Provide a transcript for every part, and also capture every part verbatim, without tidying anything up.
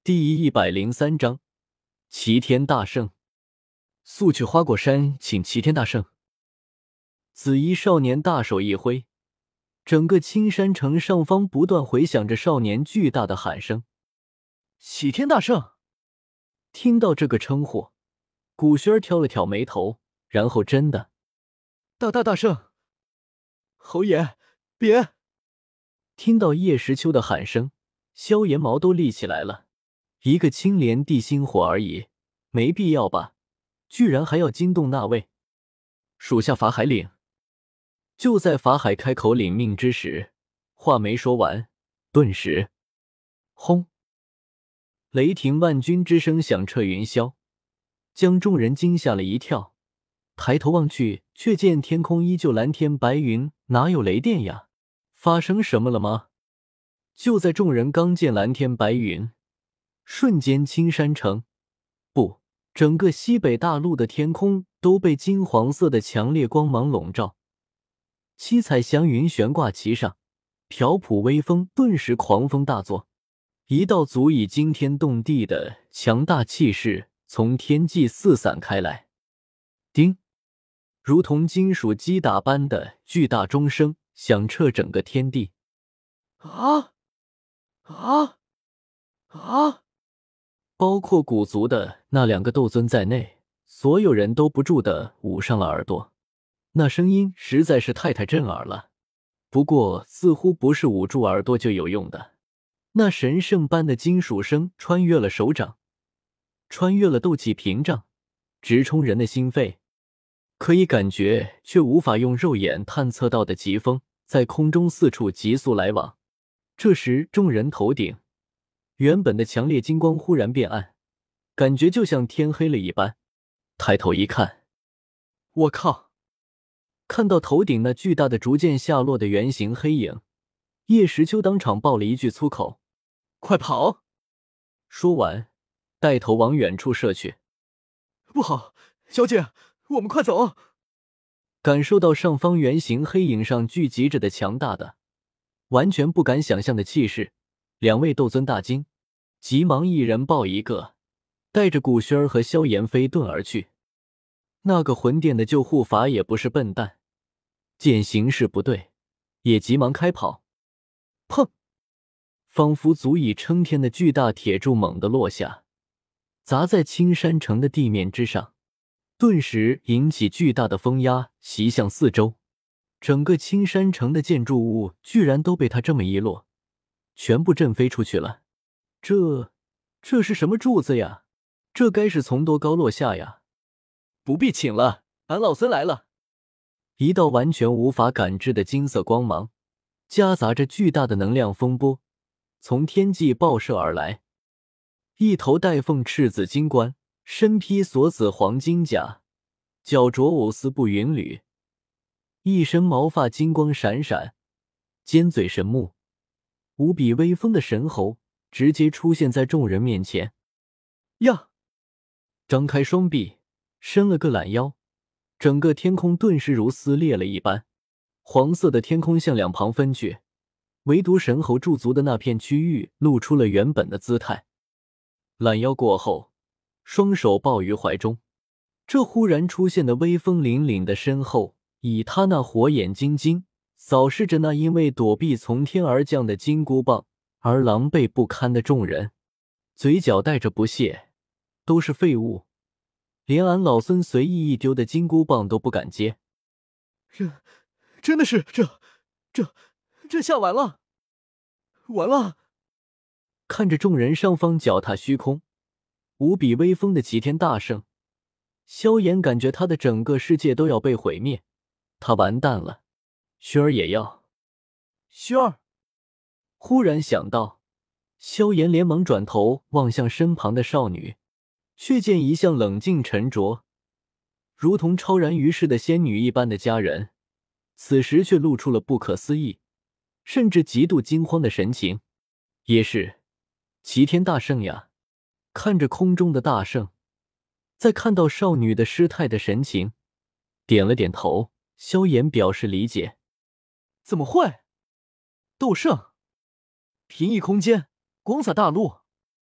第一百零三章齐天大圣。速去花果山请齐天大圣。紫衣少年大手一挥，整个青山城上方不断回响着少年巨大的喊声。齐天大圣！听到这个称呼，古轩儿挑了挑眉头，然后真的大大大圣！侯爷，别！听到叶时秋的喊声，萧炎毛都立起来了。一个青莲地心火而已，没必要吧？居然还要惊动那位！属下法海领。就在法海开口领命之时，话没说完，顿时，轰！雷霆万钧之声响彻云霄，将众人惊吓了一跳。抬头望去，却见天空依旧蓝天白云，哪有雷电呀？发生什么了吗？就在众人刚见蓝天白云，瞬间青山城，不，整个西北大陆的天空都被金黄色的强烈光芒笼罩，七彩祥云悬挂其上，飘扑微风，顿时狂风大作，一道足以惊天动地的强大气势从天际四散开来。叮，如同金属击打般的巨大钟声响彻整个天地。啊啊啊！包括古族的那两个斗尊在内，所有人都不住地捂上了耳朵。那声音实在是太太震耳了。不过似乎不是捂住耳朵就有用的，那神圣般的金属声穿越了手掌，穿越了斗气屏障，直冲人的心肺。可以感觉却无法用肉眼探测到的疾风在空中四处急速来往。这时众人头顶原本的强烈金光忽然变暗，感觉就像天黑了一般。抬头一看，我靠！看到头顶那巨大的逐渐下落的圆形黑影，叶时秋当场爆了一句粗口：快跑！说完带头往远处射去。不好，小姐，我们快走！感受到上方圆形黑影上聚集着的强大的完全不敢想象的气势，两位斗尊大惊，急忙一人抱一个，带着古轩儿和萧炎飞遁而去。那个魂殿的救护法也不是笨蛋，见形势不对，也急忙开跑。砰！仿佛足以撑天的巨大铁柱猛地落下，砸在青山城的地面之上，顿时引起巨大的风压袭向四周。整个青山城的建筑物居然都被他这么一落，全部震飞出去了。这这是什么柱子呀？这该是从多高落下呀？不必请了，俺老孙来了。一道完全无法感知的金色光芒，夹杂着巨大的能量风波，从天际爆射而来。一头带凤赤子金冠，身披锁子黄金甲，脚着藕丝布云履，一身毛发金光闪闪，尖嘴神目，无比威风的神猴直接出现在众人面前。呀！张开双臂，伸了个懒腰，整个天空顿时如撕裂了一般，黄色的天空向两旁分去，唯独神猴驻足的那片区域露出了原本的姿态。懒腰过后，双手抱于怀中，这忽然出现的威风凛凛的身后，以他那火眼金睛扫视着那因为躲避从天而降的金箍棒而狼狈不堪的众人，嘴角带着不屑，都是废物，连俺老孙随意一丢的金箍棒都不敢接。 这真的是这这这下完了，完了！ 看着众人上方脚踏虚空，无比威风的齐天大圣，萧炎感觉他的整个世界都要被毁灭，他完蛋了。轩儿也要。轩儿！忽然想到，萧炎连忙转头望向身旁的少女，却见一向冷静沉着，如同超然于世的仙女一般的佳人，此时却露出了不可思议，甚至极度惊慌的神情。也是齐天大圣呀！看着空中的大圣，再看到少女的失态的神情，点了点头。萧炎表示理解。怎么会？斗圣，平抑空间，光洒大陆。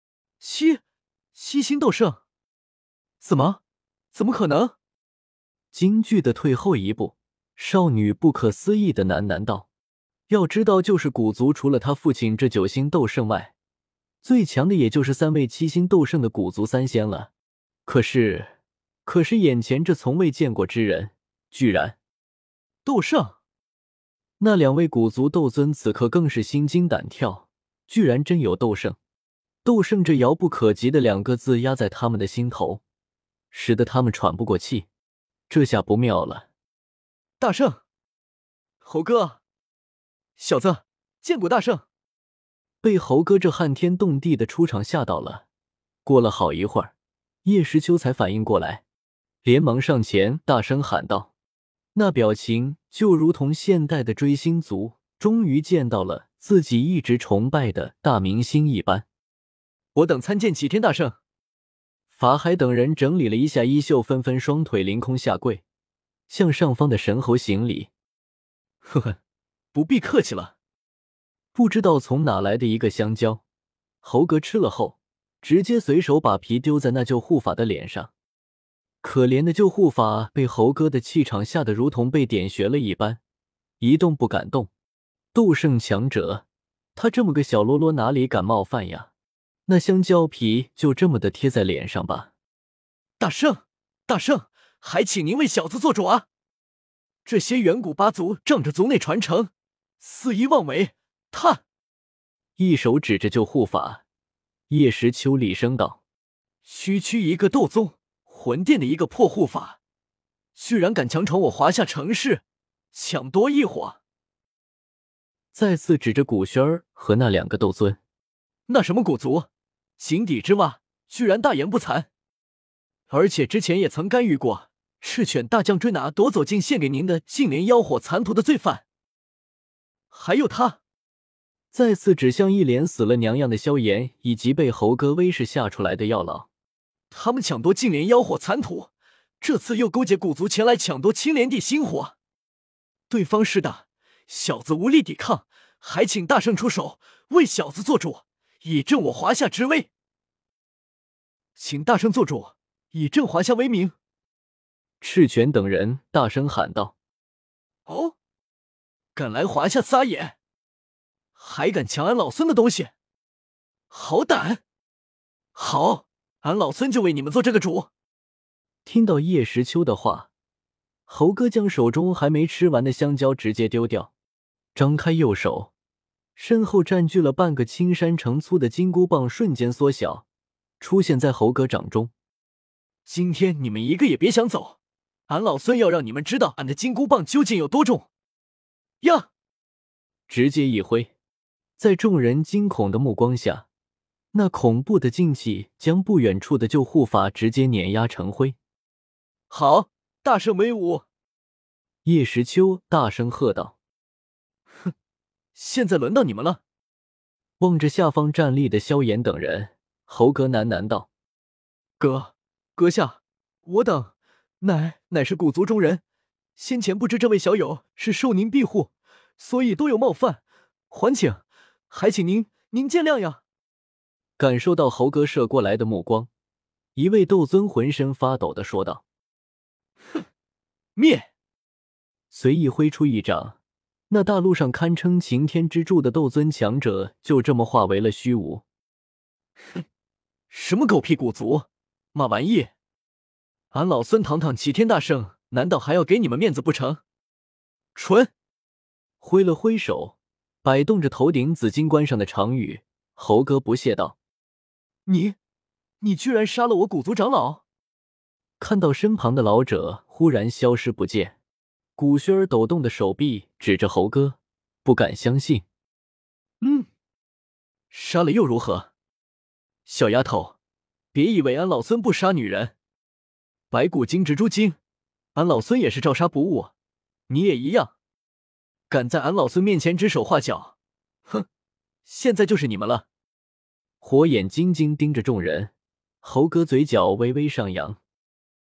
七七星斗圣？怎么？怎么可能？ 惊惧的退后一步，少女不可思议的喃喃道：“要知道，就是古族除了他父亲这九星斗圣外，最强的也就是三位七星斗圣的古族三仙了。可是，可是眼前这从未见过之人，居然斗圣！” 那两位古族斗尊此刻更是心惊胆跳，居然真有斗圣！斗圣这遥不可及的两个字压在他们的心头，使得他们喘不过气。这下不妙了！ 大圣，猴哥，小子，见过大圣！ 被猴哥这撼天动地的出场吓到了。过了好一会儿，叶时秋才反应过来，连忙上前大声喊道，那表情就如同现代的追星族终于见到了自己一直崇拜的大明星一般。 我等参见齐天大圣。 法海等人整理了一下衣袖，纷纷双腿凌空下跪，向上方的神猴行礼。 呵呵，不必客气了。 不知道从哪来的一个香蕉，猴哥吃了后，直接随手把皮丢在那救护法的脸上。可怜的救护法被猴哥的气场吓得如同被点穴了一般，一动不敢动。斗圣强者，他这么个小喽啰哪里敢冒犯呀？那香蕉皮就这么的贴在脸上吧。 大圣，大圣，还请您为小子做主啊！这些远古八族仗着族内传承，肆意妄为，他一手指着救护法，叶时秋厉声道：“ 区区一个斗宗，魂殿的一个破护法，居然敢强闯我华夏城市，抢夺异火！” 再次指着古轩儿和那两个斗尊。 那什么古族，井底之蛙，居然大言不惭，而且之前也曾干预过赤犬大将追拿夺走进献给您的净莲妖火残图的罪犯。还有他， 再次指向一脸死了娘样的萧炎以及被猴哥威势吓出来的药老。 他们抢夺净莲妖火残图，这次又勾结古族前来抢夺青莲地心火。对方是大，小子无力抵抗，还请大圣出手为小子做主，以振我华夏之威。请大圣做主，以振华夏威名。 赤犬等人大声喊道：“ 哦，敢来华夏撒野，还敢抢俺老孙的东西，好胆！好，俺老孙就为你们做这个主。” 听到叶时秋的话，猴哥将手中还没吃完的香蕉直接丢掉，张开右手，身后占据了半个青山城粗的金箍棒瞬间缩小，出现在猴哥掌中。 今天你们一个也别想走，俺老孙要让你们知道俺的金箍棒究竟有多重呀！ 直接一挥，在众人惊恐的目光下，那恐怖的劲气将不远处的救护法直接碾压成灰。 好，大圣威武！ 叶时秋大声喝道。 哼，现在轮到你们了。 望着下方站立的萧炎等人，猴哥喃喃道：“ 阁阁下，我等乃乃是古族中人，先前不知这位小友是受您庇护，所以多有冒犯，还请还请您您见谅呀。” 感受到猴哥射过来的目光，一位斗尊浑身发抖地说道：“ 哼，灭！” 随意挥出一掌，那大陆上堪称擎天之柱的斗尊强者就这么化为了虚无。 哼，什么狗屁古族，嘛玩意！俺老孙堂堂齐天大圣，难道还要给你们面子不成？蠢！ 挥了挥手，摆动着头顶紫金冠上的长羽，猴哥不屑道：“ 你，你居然杀了我古族长老！” 看到身旁的老者忽然消失不见，古轩儿抖动的手臂指着猴哥，不敢相信。 嗯，杀了又如何？小丫头，别以为俺老孙不杀女人。白骨精、蜘蛛精，俺老孙也是照杀不误，你也一样。敢在俺老孙面前指手画脚，哼，现在就是你们了。 火眼金睛盯着众人，猴哥嘴角微微上扬。